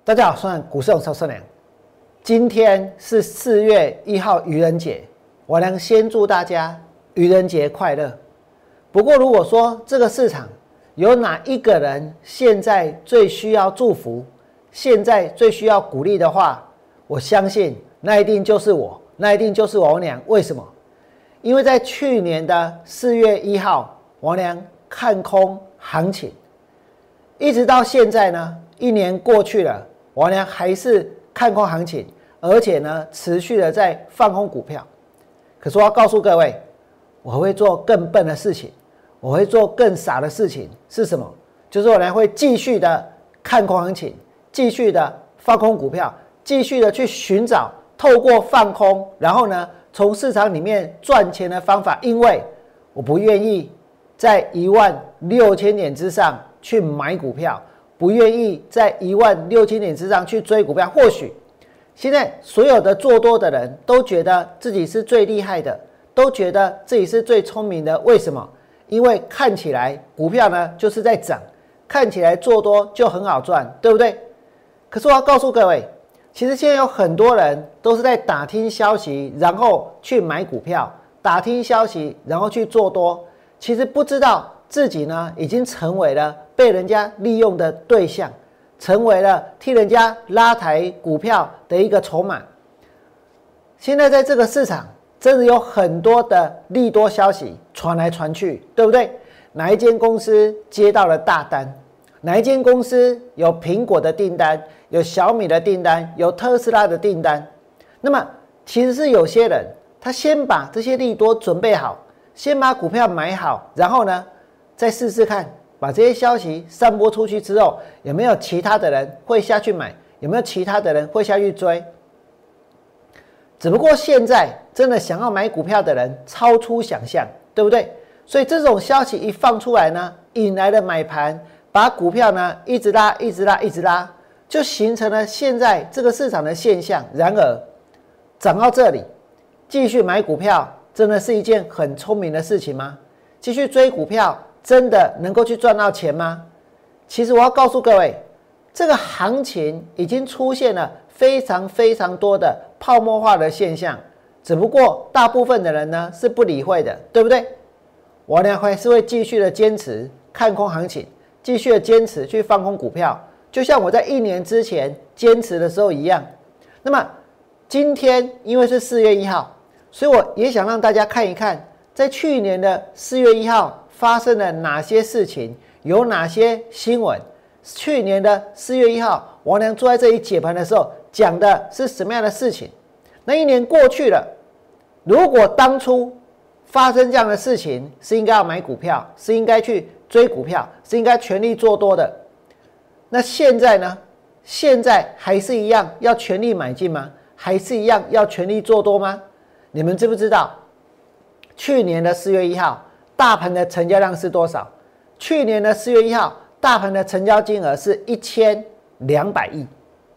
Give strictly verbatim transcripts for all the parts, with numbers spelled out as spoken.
大家好，我是股市勇赵胜良。今天是四月一号愚人节，我能先祝大家愚人节快乐。不过，如果说这个市场有哪一个人现在最需要祝福，现在最需要鼓励的话，我相信那一定就是我，那一定就是王良。为什么？因为在去年的四月一号，王良看空行情，一直到现在呢，一年过去了，王良还是看空行情，而且呢，持续的在放空股票。可是我要告诉各位，我会做更笨的事情，我会做更傻的事情，是什么？就是我呢会继续的看空行情，继续的放空股票，继续的去寻找透过放空，然后呢从市场里面赚钱的方法。因为我不愿意在一万六千点之上去买股票，不愿意在一万六千点之上去追股票。或许现在所有的做多的人都觉得自己是最厉害的，都觉得自己是最聪明的。为什么？因为看起来股票呢就是在涨，看起来做多就很好赚，对不对？可是我要告诉各位，其实现在有很多人都是在打听消息，然后去买股票，打听消息，然后去做多，其实不知道自己呢已经成为了被人家利用的对象，成为了替人家拉抬股票的一个筹码。现在在这个市场真的有很多的利多消息传来传去，对不对？哪一间公司接到了大单，哪一间公司有苹果的订单，有小米的订单，有特斯拉的订单。那么其实是有些人他先把这些利多准备好，先把股票买好，然后呢再试试看，把这些消息散播出去之后，有没有其他的人会下去买，有没有其他的人会下去追。只不过现在真的想要买股票的人超出想象，对不对？所以这种消息一放出来呢，引来了买盘，把股票呢一直拉一直拉一直拉，就形成了现在这个市场的现象。然而涨到这里继续买股票真的是一件很聪明的事情吗？继续追股票真的能够去赚到钱吗？其实我要告诉各位，这个行情已经出现了非常非常多的泡沫化的现象，只不过大部分的人呢是不理会的，对不对？我呢还是会继续的坚持看空行情，继续的坚持去放空股票，就像我在一年之前坚持的时候一样。那么今天因为是四月一号，所以我也想让大家看一看，在去年的四月一号发生了哪些事情，有哪些新闻。去年的四月一号，王良坐在这里解盘的时候讲的是什么样的事情？那一年过去了，如果当初发生这样的事情，是应该要买股票，是应该去追股票，是应该全力做多的。那现在呢？现在还是一样要全力买进吗？还是一样要全力做多吗？你们知不知道去年的四月一号大盘的成交量是多少？去年的四月一号大盘的成交金额是一千两百亿。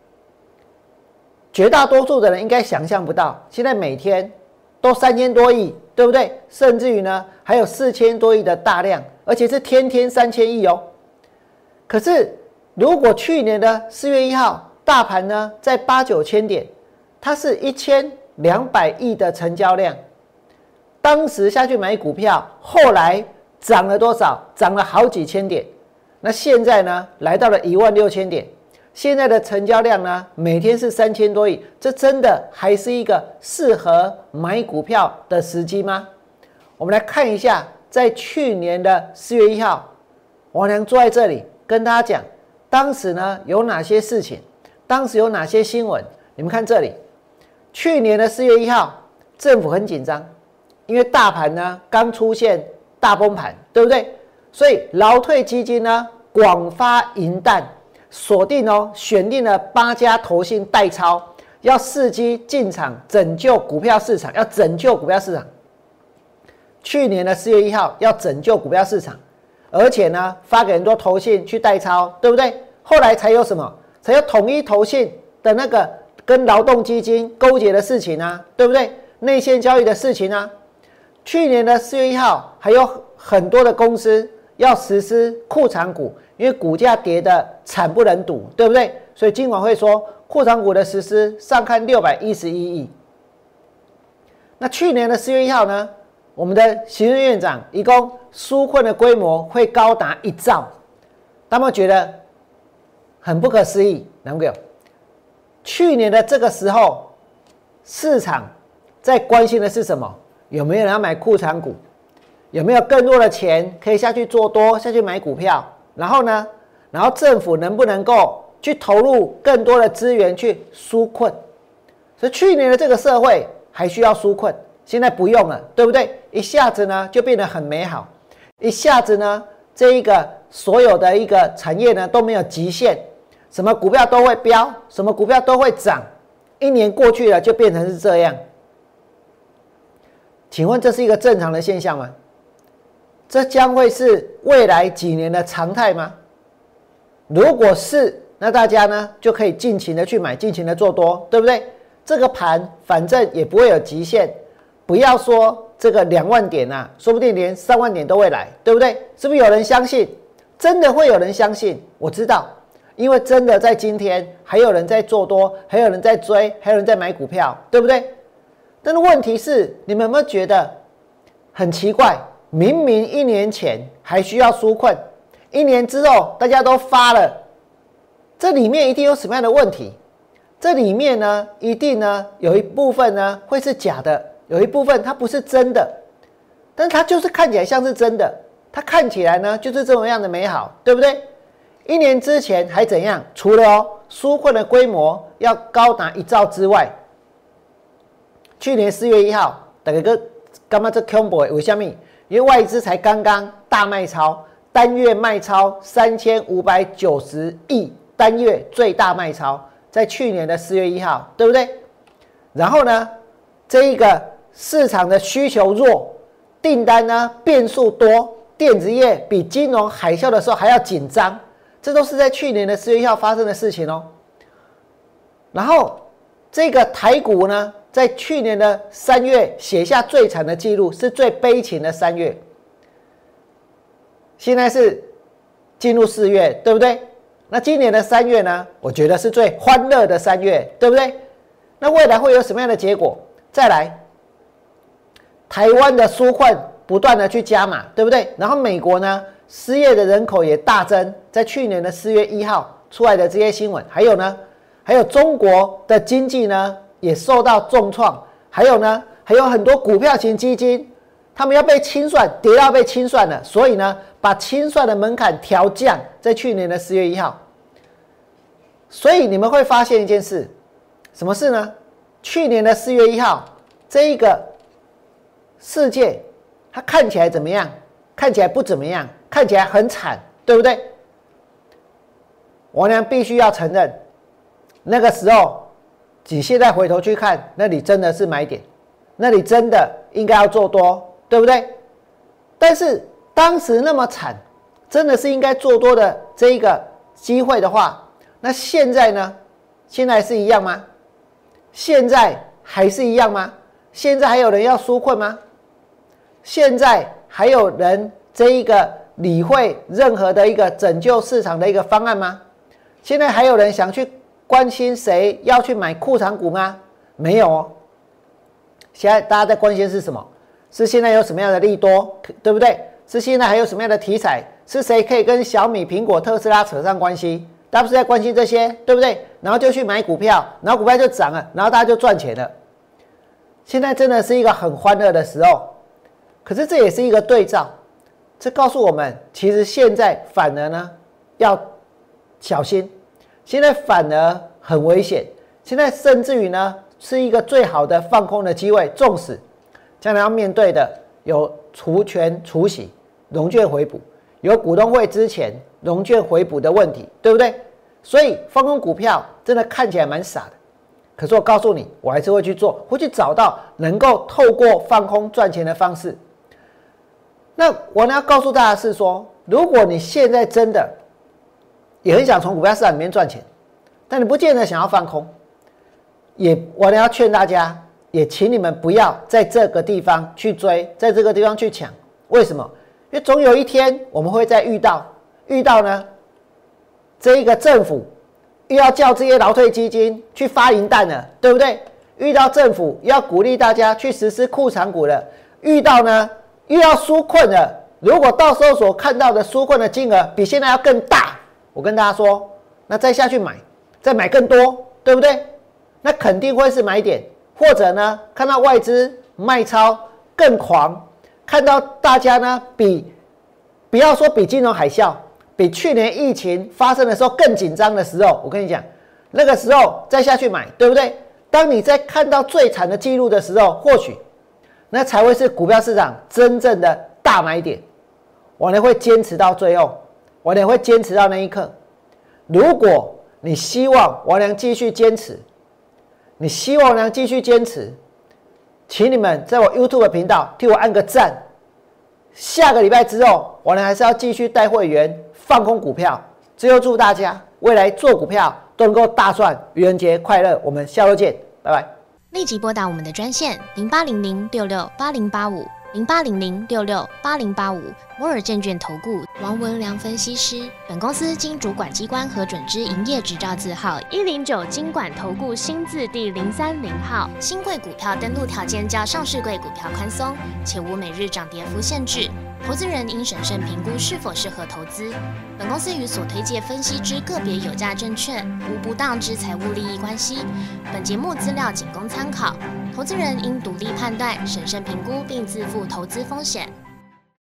绝大多数的人应该想象不到，现在每天都三千多亿，对不对？甚至于呢还有四千多亿的大量，而且是天天三千亿哦。可是如果去年的四月一号大盘呢在八九千点，它是一千两百亿的成交量，当时下去买股票，后来涨了多少？涨了好几千点。那现在呢来到了一万六千点，现在的成交量呢每天是三千多亿，这真的还是一个适合买股票的时机吗？我们来看一下，在去年的四月一号，王良坐在这里跟大家讲，当时呢有哪些事情，当时有哪些新闻。你们看这里，去年的四月一号，政府很紧张，因为大盘呢刚出现大崩盘，对不对？所以劳退基金呢广发银弹，锁定哦，选定了八家投信代操，要伺机进场拯救股票市场，要拯救股票市场。去年的四月一号要拯救股票市场，而且呢发给很多投信去代操，对不对？后来才有什么？才有统一投信的那个跟劳动基金勾结的事情啊，对不对？内线交易的事情啊。去年的四月一号还有很多的公司要实施库藏股，因为股价跌得惨不忍睹，对不对？ 所以金管会说库藏股的实施上看六百一十一亿。那去年的四月一号呢，我们的行政院长一共纾困的规模会高达一兆，他们觉得很不可思议，难不有？去年的这个时候，市场在关心的是什么？有没有人要买库藏股？有没有更多的钱可以下去做多，下去买股票？然后呢？然后政府能不能够去投入更多的资源去纾困？所以去年的这个社会还需要纾困，现在不用了，对不对？一下子呢就变得很美好，一下子呢这一个所有的一个产业呢都没有极限，什么股票都会飙，什么股票都会涨，一年过去了就变成是这样。请问这是一个正常的现象吗？这将会是未来几年的常态吗？如果是，那大家呢就可以尽情的去买，尽情的做多，对不对？这个盘反正也不会有极限，不要说这个两万点啊，说不定连三万点都会来，对不对？是不是有人相信？真的会有人相信？我知道，因为真的在今天还有人在做多，还有人在追，还有人在买股票，对不对？但是问题是，你们有没有觉得很奇怪？明明一年前还需要纾困，一年之后大家都发了，这里面一定有什么样的问题？这里面呢，一定呢有一部分呢会是假的，有一部分它不是真的，但是它就是看起来像是真的，它看起来呢就是这么样的美好，对不对？一年之前还怎样？除了哦纾困的规模要高达一兆之外，去年四月一号，大家个干嘛这恐怖？为什么？因为外资才刚刚大卖超，单月卖超三千五百九十亿，单月最大卖超，在去年的四月一号，对不对？然后呢，这一个市场的需求弱，订单呢变数多，电子业比金融海啸的时候还要紧张，这都是在去年的四月一号发生的事情哦。然后这个台股呢，在去年的三月写下最惨的记录，是最悲情的三月。现在是进入四月，对不对？那今年的三月呢？我觉得是最欢乐的三月，对不对？那未来会有什么样的结果？再来，台湾的纾困不断的去加码，对不对？然后美国呢，失业的人口也大增，在去年的四月一号出来的这些新闻，还有呢，还有中国的经济呢也受到重创，还有呢，还有很多股票型基金，他们要被清算，跌到被清算了，所以呢，把清算的门槛调降，在去年的四月一号。所以你们会发现一件事，什么事呢？去年的四月一号，这一个世界它看起来怎么样？看起来不怎么样，看起来很惨，对不对？我娘必须要承认，那个时候你现在回头去看，那里真的是买点，那里真的应该要做多，对不对？但是当时那么惨，真的是应该做多的这一个机会的话，那现在呢？现在是一样吗？现在还是一样吗？现在还有人要纾困吗？现在还有人这一个理会任何的一个拯救市场的一个方案吗？现在还有人想去关心谁要去买库藏股吗？没有哦。现在大家在关心是什么？是现在有什么样的利多，对不对？是现在还有什么样的题材？是谁可以跟小米、苹果、特斯拉扯上关系？大家不是在关心这些，对不对？然后就去买股票，然后股票就涨了，然后大家就赚钱了。现在真的是一个很欢乐的时候，可是这也是一个对照，这告诉我们，其实现在反而呢要小心，现在反而很危险，现在甚至于呢是一个最好的放空的机会，纵使将来要面对的有除权除息、融券回补，有股东会之前融券回补的问题，对不对？所以放空股票真的看起来蛮傻的，可是我告诉你，我还是会去做，会去找到能够透过放空赚钱的方式。那我呢要告诉大家是说，如果你现在真的也很想从股票市场里面赚钱，但你不见得想要放空，也我呢要劝大家，也请你们不要在这个地方去追，在这个地方去抢。为什么？因为总有一天我们会再遇到遇到呢这一个政府又要叫这些劳退基金去发银弹了，对不对？遇到政府又要鼓励大家去实施库藏股了，遇到呢又要纾困了。如果到时候所看到的纾困的金额比现在要更大，我跟大家说，那再下去买，再买更多，对不对？那肯定会是买点。或者呢，看到外资卖超更狂，看到大家呢比不要说比金融海啸，比去年疫情发生的时候更紧张的时候，我跟你讲，那个时候再下去买，对不对？当你在看到最惨的记录的时候，或许那才会是股票市场真正的大买点。我呢会坚持到最后，我呢会坚持到那一刻。如果你希望我能继续坚持，你希望能继续坚持，请你们在我 YouTube 频道替我按个赞。下个礼拜之后，我呢还是要继续带会员放空股票。最后祝大家未来做股票都能够大赚，愚人节快乐！我们下周见，拜拜。 立即拨打我们的专线零八零零六六八零八五零八零零六六八零八五摩尔证券投顾王文良分析师。本公司经主管机关核准之营业执照字号一零九金管投顾新字第零三零号。新贵股票登录条件较上市贵股票宽松，且无每日涨跌幅限制。投资人应审慎评估是否适合投资。本公司与所推介分析之个别有价证券无不当之财务利益关系。本节目资料仅供参考，投资人应独立判断、审慎评估并自负投资风险。